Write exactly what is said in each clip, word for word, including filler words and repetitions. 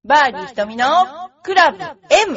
バーディー瞳のクラブ M。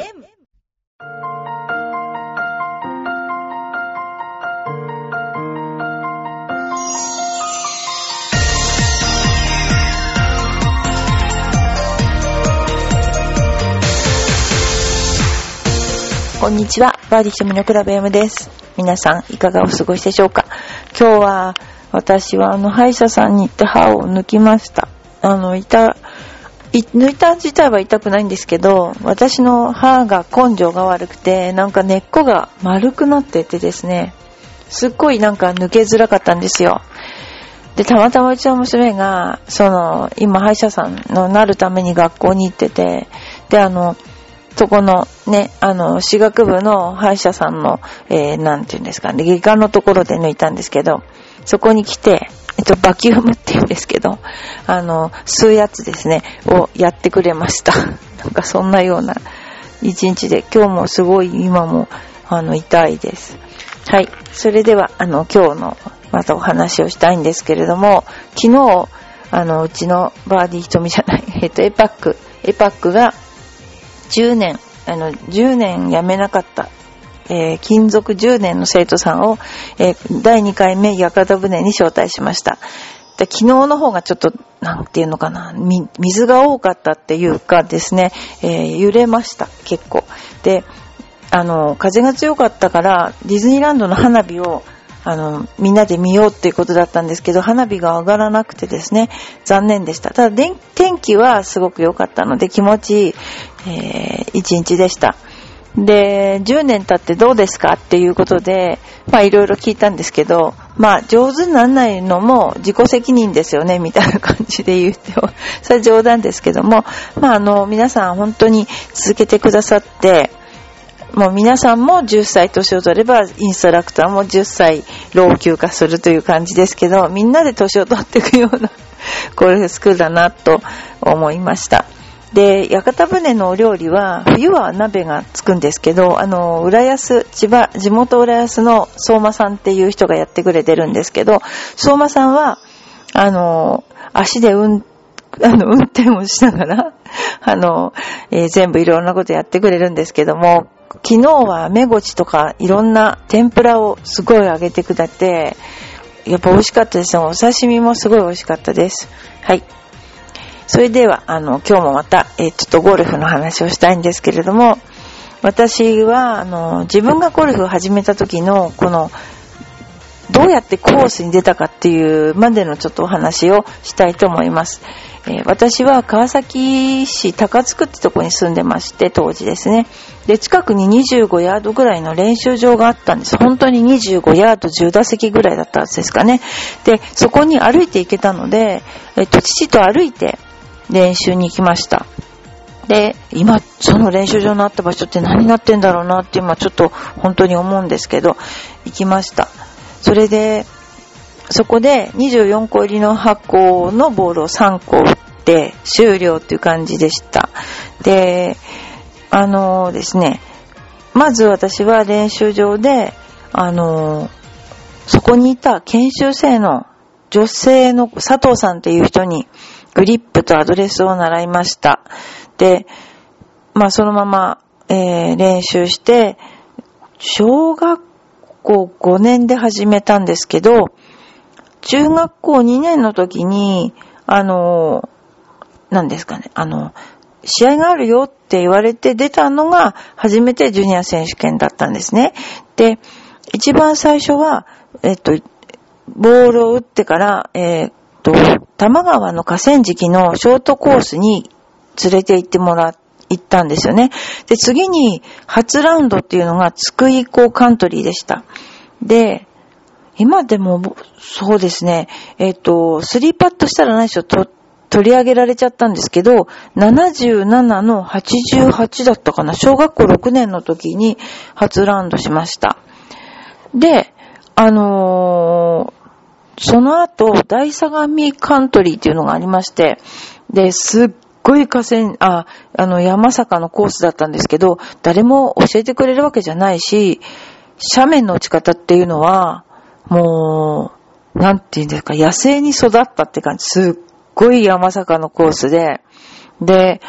こんにちは、バーディー瞳のクラブ M です。皆さんいかがお過ごしでしょうか。今日は私はあの歯医者さんに行って歯を抜きました。あの痛い抜いた自体は痛くないんですけど、私の歯が根性が悪くて、なんか根っこが丸くなっててですね、すっごいなんか抜けづらかったんですよ。で、たまたまうちの娘がその今歯医者さんのなるために学校に行ってて、であのそこのね、あの歯学部の歯医者さんの、えー、なんていうんですかね、外科のところで抜いたんですけど、そこに来て、えっと、バキュームって言うんですけど、あの、吸うやつですね、をやってくれました。なんかそんなような一日で、今日もすごい今も、あの、痛いです。はい。それでは、あの、今日のまたお話をしたいんですけれども、昨日、あの、うちのバーディー瞳じゃない、えっと、エパック、エパックがじゅうねん、あの、じゅうねん辞めなかった、えー、勤続じゅうねんの生徒さんを、えー、だいにかいめ屋形船に招待しました。で、昨日の方がちょっとなんていうのかな、み水が多かったっていうかですね、えー、揺れました結構。で、あの風が強かったからディズニーランドの花火をあのみんなで見ようっていうことだったんですけど、花火が上がらなくてですね、残念でした。ただ天気はすごく良かったので気持ちいい、えー、一日でした。で、じゅうねん経ってどうですかっていうことで、まあいろいろ聞いたんですけど、まあ上手にならないのも自己責任ですよねみたいな感じで言っても、それは冗談ですけども、まああの皆さん本当に続けてくださって、もう皆さんもじゅっさい年を取ればインストラクターもじゅっさい老朽化するという感じですけど、みんなで年を取っていくようなゴルフスクールだなと思いました。で、屋形船のお料理は冬は鍋がつくんですけど、あの浦安、千葉、地元浦安の相馬さんっていう人がやってくれてるんですけど、相馬さんはあの足で運あの運転をしながらあの、えー、全部いろんなことやってくれるんですけども、昨日はめごちとかいろんな天ぷらをすごい揚げてくだって、やっぱ美味しかったです。お刺身もすごい美味しかったです。はい。それではあの今日もまた、えー、ちょっとゴルフの話をしたいんですけれども、私はあの自分がゴルフを始めた時のこのどうやってコースに出たかっていうまでのちょっとお話をしたいと思います。えー、私は川崎市高津区ってとこに住んでまして、当時ですね。で、近くににじゅうごヤードぐらいの練習場があったんです。本当ににじゅうごヤードじゅう打席ぐらいだったはずですかね。で、そこに歩いて行けたので、えっと、父と歩いて練習に行きました。で、今その練習場のあった場所って何になってんだろうなって今ちょっと本当に思うんですけど、行きました。それでそこでにじゅうよんこ入りの箱のボールをさんこ打って終了っていう感じでした。で、あのー、ですね、まず私は練習場であのー、そこにいた研修生の女性の佐藤さんっていう人にグリップとアドレスを習いました。で、まあそのまま、えー、練習して、小学校ごねんで始めたんですけど、中学校にねんの時に、あの、何ですかね、あの、試合があるよって言われて出たのが初めてジュニア選手権だったんですね。で、一番最初は、えっと、ボールを打ってから、えー多摩川の河川敷のショートコースに連れて行ってもら行ったんですよね。で、次に初ラウンドっていうのが津久井港カントリーでした。で、今でもそうですね、えっとスリーパットしたらないしょと取り上げられちゃったんですけど、ななじゅうななのはちじゅうはちだったかな、小学校ろくねんの時に初ラウンドしました。で、あのーその後、大相模カントリーっていうのがありまして、で、すっごい河川、あ、あの、山坂のコースだったんですけど、誰も教えてくれるわけじゃないし、斜面の打ち方っていうのは、もう、なんていうんですか、野生に育ったって感じ、すっごい山坂のコースで、で、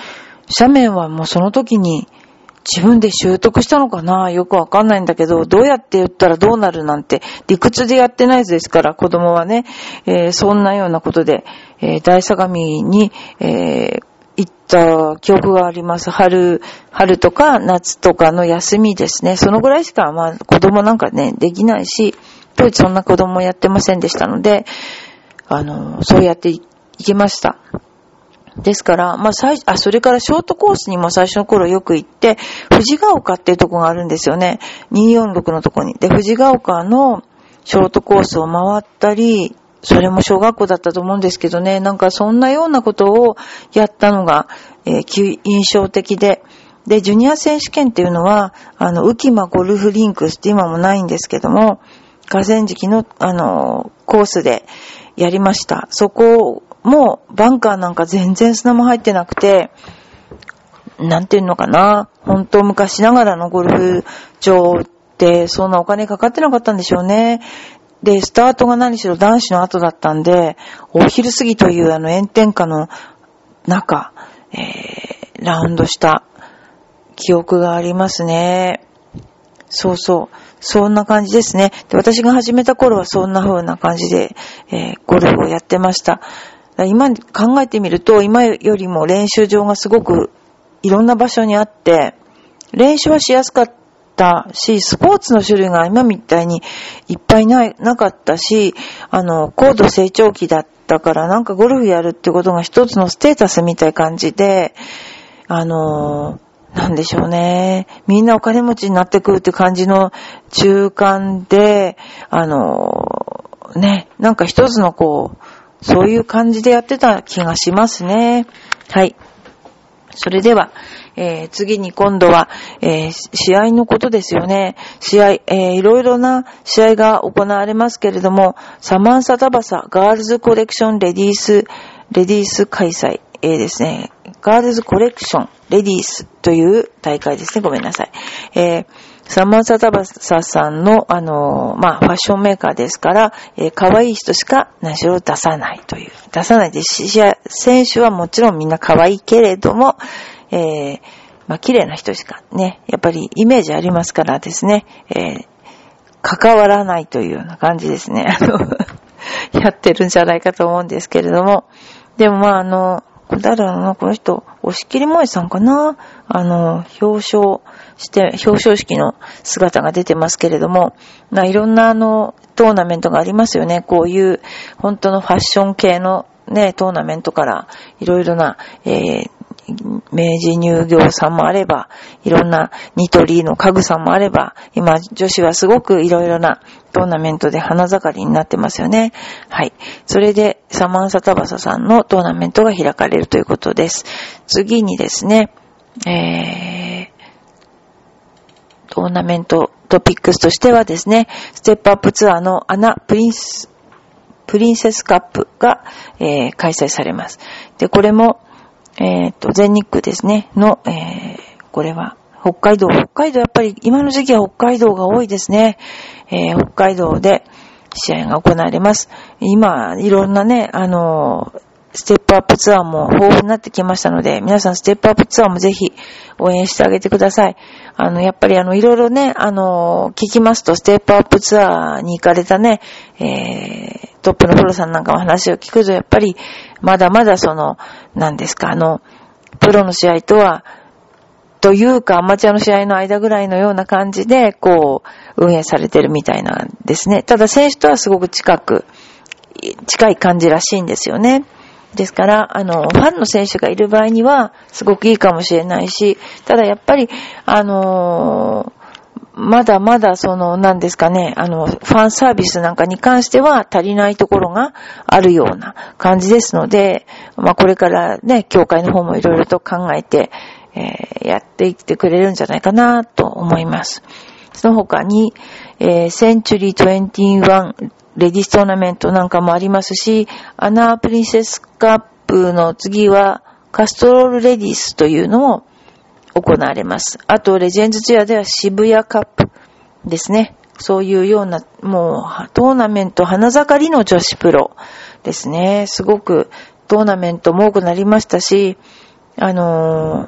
斜面はもうその時に自分で習得したのかな、よくわかんないんだけど、どうやって言ったらどうなるなんて理屈でやってないですから、子供はね、えー、そんなようなことで、えー、大相模に、えー、行った記憶があります。春、春とか夏とかの休みですね。そのぐらいしか、まあ子供なんかね、できないし、当時そんな子供やってませんでしたので、あの、そうやって行きました。ですから、まあ、最、あ、それからショートコースにも最初の頃よく行って、藤ヶ丘っていうとこがあるんですよね。にひゃくよんじゅうろくのとこに。で、藤ヶ丘のショートコースを回ったり、それも小学校だったと思うんですけどね、なんかそんなようなことをやったのが、えー、印象的で、で、ジュニア選手権っていうのは、あの、浮間ゴルフリンクスって今もないんですけども、河川敷の、あの、コースでやりました。そこもうバンカーなんか全然砂も入ってなくて、なんていうのかな、本当昔ながらのゴルフ場ってそんなお金かかってなかったんでしょうね。で、スタートが何しろ男子の後だったんで、お昼過ぎというあの炎天下の中、えー、ラウンドした記憶がありますね。そうそう。そんな感じですね。で、私が始めた頃はそんな風な感じで、えー、ゴルフをやってました。今考えてみると、今よりも練習場がすごくいろんな場所にあって、練習はしやすかったし、スポーツの種類が今みたいにいっぱいない、なかったし、あの、高度成長期だったから、なんかゴルフやるってことが一つのステータスみたいな感じで、あの、なんでしょうね。みんなお金持ちになってくるって感じの中間で、あの、ね、なんか一つのこう、そういう感じでやってた気がしますね。はい。それでは、えー、次に今度は、えー、試合のことですよね。試合、えー、いろいろな試合が行われますけれども、サマンサタバサガールズコレクションレディース、レディース開催、えー、ですね。ガールズコレクションレディースという大会ですね。ごめんなさい。えーサマンサタバサさんの、あのー、まあ、ファッションメーカーですから、えー、可愛い人しか何しろ出さないという。出さないで、選手はもちろんみんな可愛いけれども、えー、まあ、綺麗な人しかね、やっぱりイメージありますからですね、えー、関わらないというような感じですね。あの、やってるんじゃないかと思うんですけれども。でもまあ、あの、誰だろうな、この人、押切萌さんかな、あの、表彰して、表彰式の姿が出てますけれども、まあ、いろんなあの、トーナメントがありますよね。こういう、本当のファッション系のね、トーナメントから、いろいろな、えー、明治乳業さんもあれば、いろんなニトリの家具さんもあれば、今女子はすごくいろいろなトーナメントで花盛りになってますよね。はい。それでサマンサタバサさんのトーナメントが開かれるということです。次にですね、えー、トーナメントトピックスとしてはですね、ステップアップツアーのアナプリンス、プリンセスカップが、えー、開催されます。で、これもえっと、全日空ですね、の、えー、これは、北海道、北海道、やっぱり今の時期は北海道が多いですね。えー、北海道で試合が行われます。今、いろんなね、あの、ステップアップツアーも豊富になってきましたので、皆さんステップアップツアーもぜひ応援してあげてください。あの、やっぱりあの、いろいろね、あの、聞きますと、ステップアップツアーに行かれたね、えー、トップのプロさんなんかの話を聞くと、やっぱり、まだまだその、何ですか、あの、プロの試合とは、というか、アマチュアの試合の間ぐらいのような感じで、こう、運営されてるみたいなんですね。ただ、選手とはすごく近く、近い感じらしいんですよね。ですから、あの、ファンの選手がいる場合には、すごくいいかもしれないし、ただやっぱり、あのー、まだまだその、何ですかね、あの、ファンサービスなんかに関しては足りないところがあるような感じですので、まあこれからね、協会の方もいろいろと考えて、えー、やっていってくれるんじゃないかなと思います。その他に、えー、センチュリーにじゅういちレディストーナメントなんかもありますし、アナプリンセスカップの次はカストロールレディスというのも行われます。あと、レジェンズツアーでは渋谷カップですね。そういうような、もう、トーナメント花盛りの女子プロですね。すごくトーナメントも多くなりましたし、あの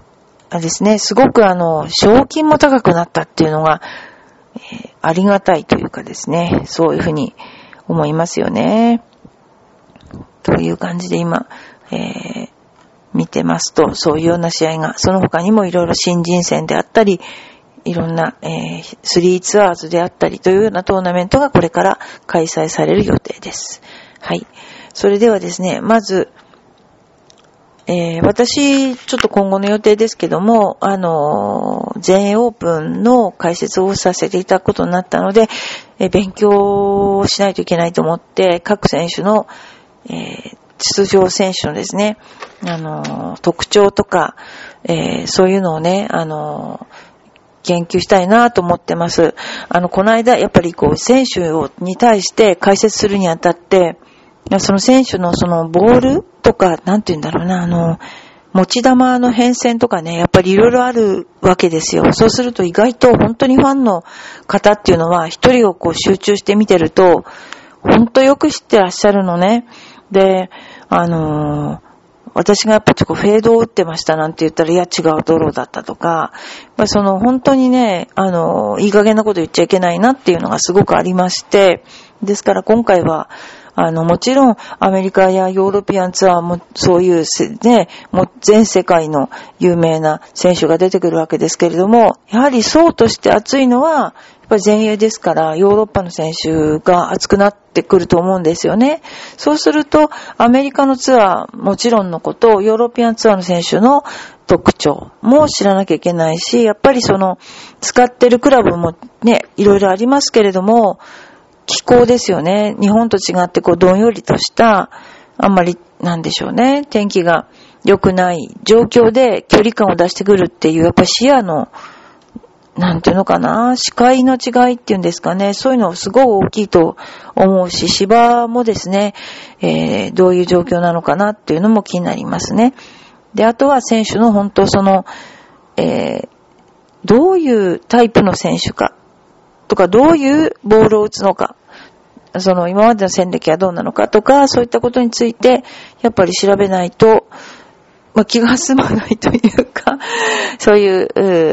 ですね、すごくあの、賞金も高くなったっていうのが、えー、ありがたいというかですね、そういうふうに思いますよね。という感じで今、えー、見てますと、そういうような試合が、その他にもいろいろ新人戦であったり、いろんな、えー、スリーツアーズであったりというようなトーナメントがこれから開催される予定です。はい。それではですね、まず、えー、私、ちょっと今後の予定ですけども、あのー、全英オープンの解説をさせていただくことになったので、えー、勉強をしないといけないと思って、各選手の、えー、出場選手のですね、あのー、特徴とか、えー、そういうのをね、あのー、研究したいなと思ってます。あの、この間、やっぱりこう、選手をに対して解説するにあたって、その選手のそのボールとか、なんて言うんだろうな、あの、持ち玉の変遷とかね、やっぱりいろいろあるわけですよ。そうすると意外と本当にファンの方っていうのは、一人をこう集中して見てると、本当よく知ってらっしゃるのね。で、あのー、私がやっぱちょっとフェードを打ってましたなんて言ったら、いや違うドローだったとか、やっぱその本当にね、あの、いい加減なこと言っちゃいけないなっていうのがすごくありまして、ですから今回は、あの、もちろんアメリカやヨーロピアンツアーもそういうね、もう全世界の有名な選手が出てくるわけですけれども、やはり層として熱いのは、やっぱり全英ですから、ヨーロッパの選手が熱くなってくると思うんですよね。そうすると、アメリカのツアー、もちろんのこと、ヨーロピアンツアーの選手の特徴も知らなきゃいけないし、やっぱりその、使ってるクラブもね、いろいろありますけれども、気候ですよね。日本と違ってこう、どんよりとした、あんまり、なんでしょうね、天気が良くない状況で距離感を出してくるっていう、やっぱり視野の、なんていうのかな、視界の違いっていうんですかね、そういうのすごい大きいと思うし、芝もですね、えー、どういう状況なのかなっていうのも気になりますね。で、あとは選手の本当その、えー、どういうタイプの選手か、とか、どういうボールを打つのか、その今までの戦歴はどうなのかとか、そういったことについて、やっぱり調べないと、まあ、気が済まないというか、そういう、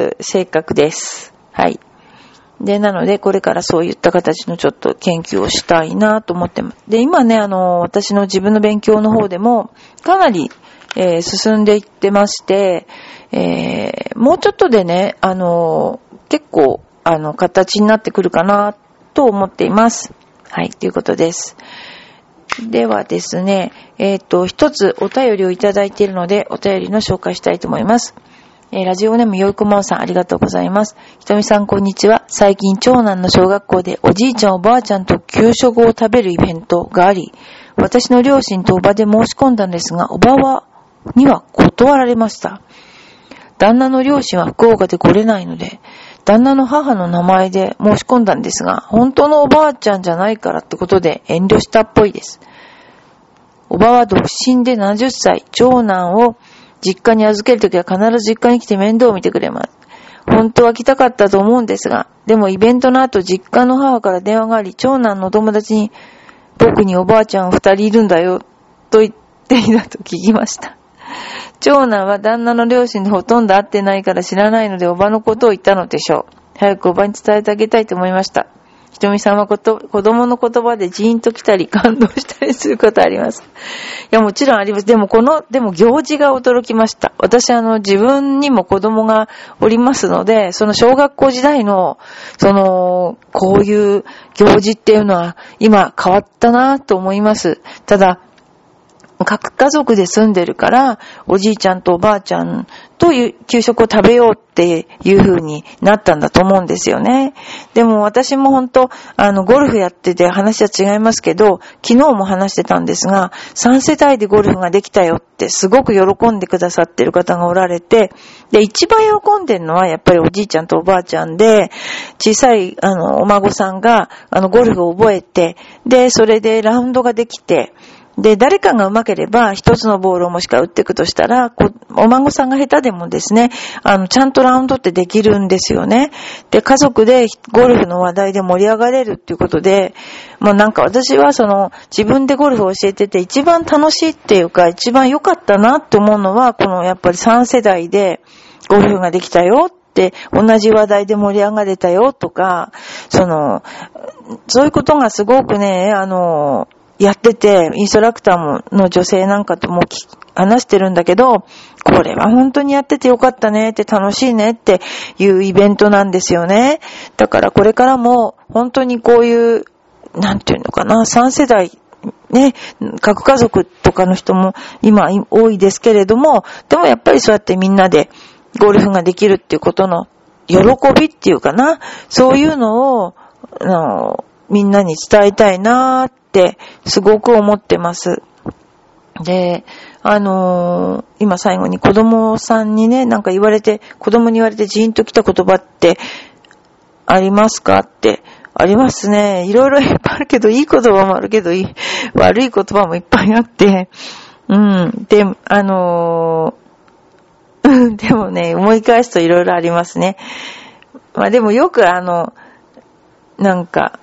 う性格です。はい。で、なので、これからそういった形のちょっと研究をしたいなと思ってます。で、今ね、あの、私の自分の勉強の方でも、かなり、えー、進んでいってまして、えー、もうちょっとでね、あの、結構、あの、形になってくるかなと思っています。はい、ということです。ではですね、えっと、一つお便りをいただいているので、お便りの紹介したいと思います。えー、ラジオネームよいこまおさん、ありがとうございます。ひとみさん、こんにちは。最近、長男の小学校でおじいちゃんおばあちゃんと給食を食べるイベントがあり、私の両親とおばで申し込んだんですが、おばは、には断られました。旦那の両親は福岡で来れないので、旦那の母の名前で申し込んだんですが、本当のおばあちゃんじゃないからってことで遠慮したっぽいです。おばは独身でななじゅっさい、長男を実家に預けるときは必ず実家に来て面倒を見てくれます。本当は来たかったと思うんですが、でもイベントの後実家の母から電話があり、長男のお友達に僕におばあちゃん二人いるんだよと言っていたと聞きました。長男は旦那の両親でほとんど会ってないから知らないのでおばのことを言ったのでしょう。早くおばに伝えてあげたいと思いました。ひとみさんはこと子供の言葉でジーンと来たり感動したりすることあります。いや、もちろんあります。でもこの、でも行事が驚きました。私あの自分にも子供がおりますので、その小学校時代の、その、こういう行事っていうのは今変わったなと思います。ただ、各家族で住んでるから、おじいちゃんとおばあちゃんという給食を食べようっていう風になったんだと思うんですよね。でも私も本当、あの、ゴルフやってて話は違いますけど、昨日も話してたんですが、さん世帯でゴルフができたよってすごく喜んでくださってる方がおられて、で、一番喜んでるのはやっぱりおじいちゃんとおばあちゃんで、小さい、あの、お孫さんが、あの、ゴルフを覚えて、で、それでラウンドができて、で、誰かが上手ければ、一つのボールをもしか打っていくとしたら、こお孫さんが下手でもですね、あの、ちゃんとラウンドってできるんですよね。で、家族でゴルフの話題で盛り上がれるっていうことで、もうなんか私はその、自分でゴルフを教えてて一番楽しいっていうか、一番良かったなって思うのは、このやっぱりさん世代で、 ゴルフができたよって、同じ話題で盛り上がれたよとか、その、そういうことがすごくね、あの、やってて、インストラクターもの女性なんかとも話してるんだけど、これは本当にやっててよかったねって、楽しいねっていうイベントなんですよね。だからこれからも本当にこういう、なんていうのかな、さん世代、ね、核家族とかの人も今多いですけれども、でもやっぱりそうやってみんなでゴルフができるっていうことの喜びっていうかな、そういうのを、あの、みんなに伝えたいなーってすごく思ってます。で、あのー、今最後に子供さんにね、なんか言われて、子供に言われてジーンときた言葉ってありますかって。ありますね。いろいろいっぱいあるけど、いい言葉もあるけど、いい悪い言葉もいっぱいあって、うん。で、あのー、でもね、思い返すといろいろありますね。まあでもよくあの、なんか、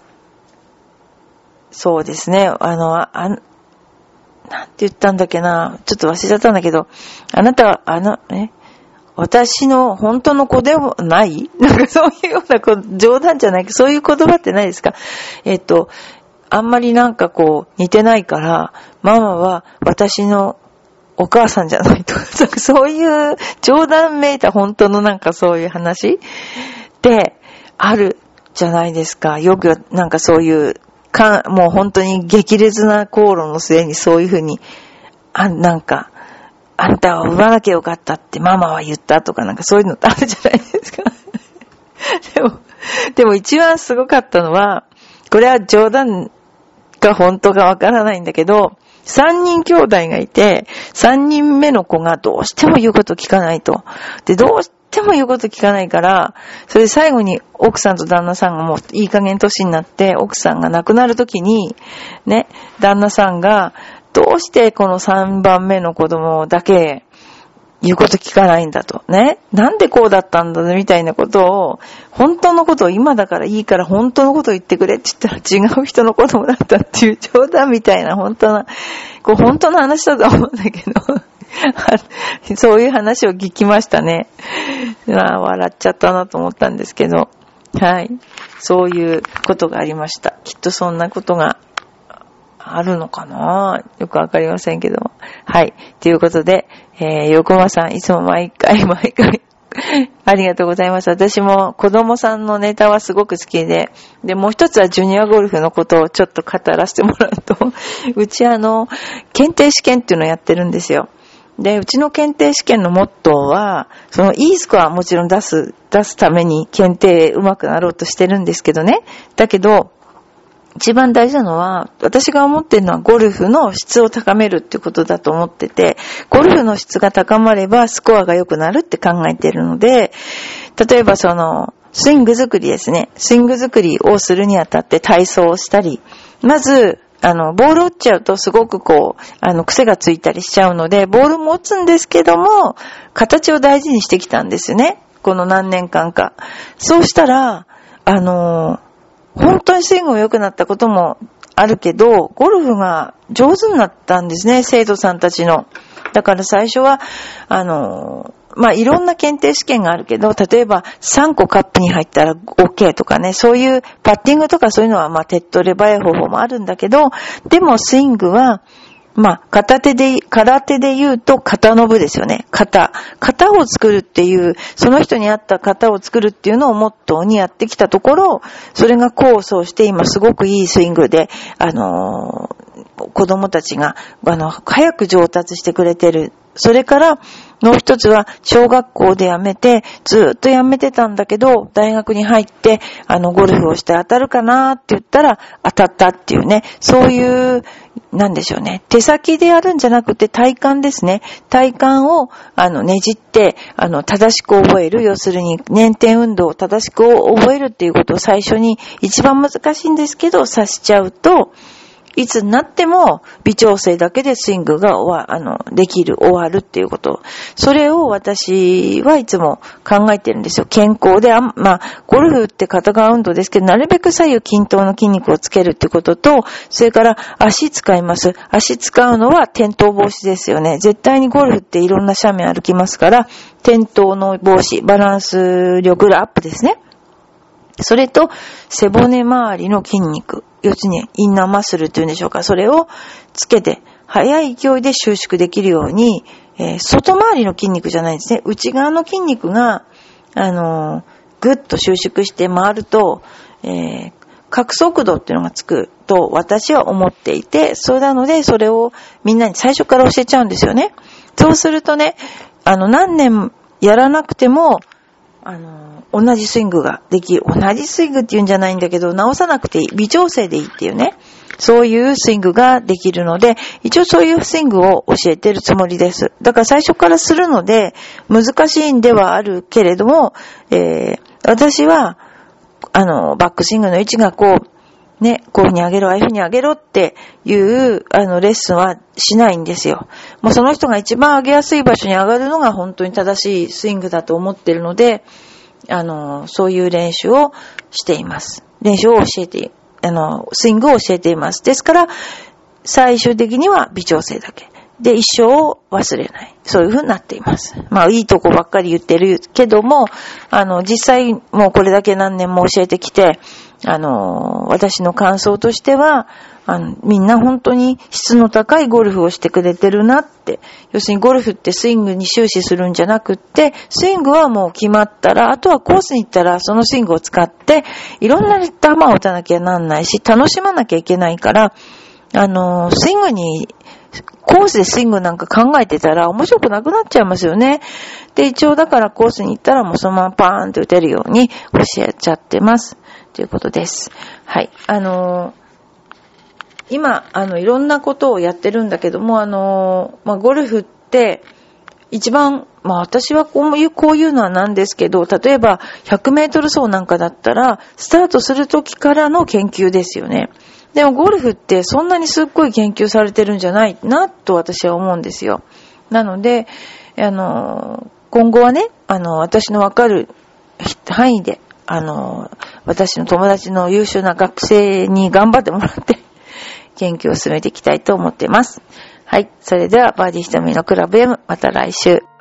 そうですね、あの、あ、あなんて言ったんだっけな、ちょっと忘れちゃったんだけど、あなたは、あの、え私の本当の子でもないなんかそういうようなこう冗談じゃないけど、そういう言葉ってないですか？えっと、あんまりなんかこう似てないから、ママは私のお母さんじゃないとか、そういう冗談めいた本当のなんかそういう話ってあるじゃないですか。よくなんかそういうか、もう本当に激烈な口論の末にそういうふうに、あ、なんか、あんたは産まなきゃよかったってママは言ったとかなんかそういうのってあるじゃないですか。でも、でも一番すごかったのは、これは冗談か本当かわからないんだけど、三人兄弟がいて、三人目の子がどうしても言うこと聞かないと。で、どうしても言うこと聞かないから、それで最後に奥さんと旦那さんがもういい加減年になって、奥さんが亡くなるときに、ね、旦那さんが、どうしてこの三番目の子供だけ言うこと聞かないんだと。ね。なんでこうだったんだみたいなことを、本当のことを今だからいいから本当のことを言ってくれって言ったら違う人の子供だったっていう冗談みたいな本当な、こう本当の話だと思うんだけど、そういう話を聞きましたね。まあ笑っちゃったなと思ったんですけど、はい。そういうことがありました。きっとそんなことがあるのかな？よくわかりませんけど。はい。ということで、えー、横間さん、いつも毎回毎回ありがとうございます。私も子供さんのネタはすごく好きで、で、もう一つはジュニアゴルフのことをちょっと語らせてもらうと、うちあの、検定試験っていうのをやってるんですよ。で、うちの検定試験のモットーは、そのいいスコアはもちろん出す、出すために検定上手くなろうとしてるんですけどね。だけど、一番大事なのは、私が思っているのはゴルフの質を高めるってことだと思ってて、ゴルフの質が高まればスコアが良くなるって考えているので、例えばその、スイング作りですね。スイング作りをするにあたって体操をしたり、まず、あの、ボールを打っちゃうとすごくこう、あの、癖がついたりしちゃうので、ボールも打つんですけども、形を大事にしてきたんですよね。この何年間か。そうしたら、あの、本当にスイングが良くなったこともあるけど、ゴルフが上手になったんですね、生徒さんたちの。だから最初は、あの、まあ、いろんな検定試験があるけど、例えばさんこカップに入ったら OK とかね、そういうパッティングとかそういうのは、まあ、手っ取り早い方法もあるんだけど、でもスイングは、まあ、片手で、空手で言うと、型の部ですよね。型。型を作るっていう、その人に合った型を作るっていうのをモットーにやってきたところ、それが功を奏して今すごくいいスイングで、あのー、子供たちが、あの、早く上達してくれてる。それから、もう一つは、小学校で辞めて、ずっと辞めてたんだけど、大学に入って、あの、ゴルフをして当たるかなって言ったら、当たったっていうね、そういう、なんでしょうね。手先でやるんじゃなくて体幹ですね。体幹を、あの、ねじって、あの、正しく覚える。要するに、捻転運動を正しく覚えるっていうことを最初に、一番難しいんですけど、さしちゃうと、 いつになっても微調整だけでスイングが終わ、あの、できる、終わるっていうこと。それを私はいつも考えてるんですよ。健康で、あんまあ、ゴルフって片側運動ですけど、なるべく左右均等の筋肉をつけるってことと、それから足使います。足使うのは転倒防止ですよね。絶対にゴルフっていろんな斜面歩きますから、転倒の防止、バランス力アップですね。それと、背骨周りの筋肉。要するに、インナーマッスルっていうんでしょうか。それをつけて、速い勢いで収縮できるように、えー、外回りの筋肉じゃないですね。内側の筋肉が、あのー、ぐっと収縮して回ると、えー、角速度っていうのがつくと私は思っていて、それなので、それをみんなに最初から教えちゃうんですよね。そうするとね、あの、何年やらなくても、あの、同じスイングができる。同じスイングって言うんじゃないんだけど、直さなくていい。微調整でいいっていうね。そういうスイングができるので、一応そういうスイングを教えてるつもりです。だから最初からするので、難しいんではあるけれども、えー、私は、あの、バックスイングの位置がこう、ね、こういうふうに上げろ、ああいうふうに上げろっていう、あの、レッスンはしないんですよ。もうその人が一番上げやすい場所に上がるのが本当に正しいスイングだと思ってるので、あの、そういう練習をしています。練習を教えて、あの、スイングを教えています。ですから、最終的には微調整だけ。で、一生を忘れない。そういう風になっています。まあ、いいとこばっかり言ってるけども、あの、実際もうこれだけ何年も教えてきて、あの、私の感想としては、あの、みんな本当に質の高いゴルフをしてくれてるなって。要するにゴルフってスイングに終始するんじゃなくって、スイングはもう決まったら、あとはコースに行ったらそのスイングを使って、いろんな球を打たなきゃなんないし、楽しまなきゃいけないから、あの、スイングに、コースでスイングなんか考えてたら面白くなくなっちゃいますよね。で、一応だからコースに行ったらもうそのままパーンと打てるように教えちゃってます。ということです。はい。あのー、今、あの、いろんなことをやってるんだけども、あのー、まあ、ゴルフって、一番、まあ、私はこういう、こういうのはなんですけど、例えば、ひゃくメートル走なんかだったら、スタートするときからの研究ですよね。でも、ゴルフってそんなにすっごい研究されてるんじゃないな、と私は思うんですよ。なので、あのー、今後はね、あの、私のわかる範囲で、あの、私の友達の優秀な学生に頑張ってもらって研究を進めていきたいと思っています。はい。それではバーディーひとみのクラブ M、また来週。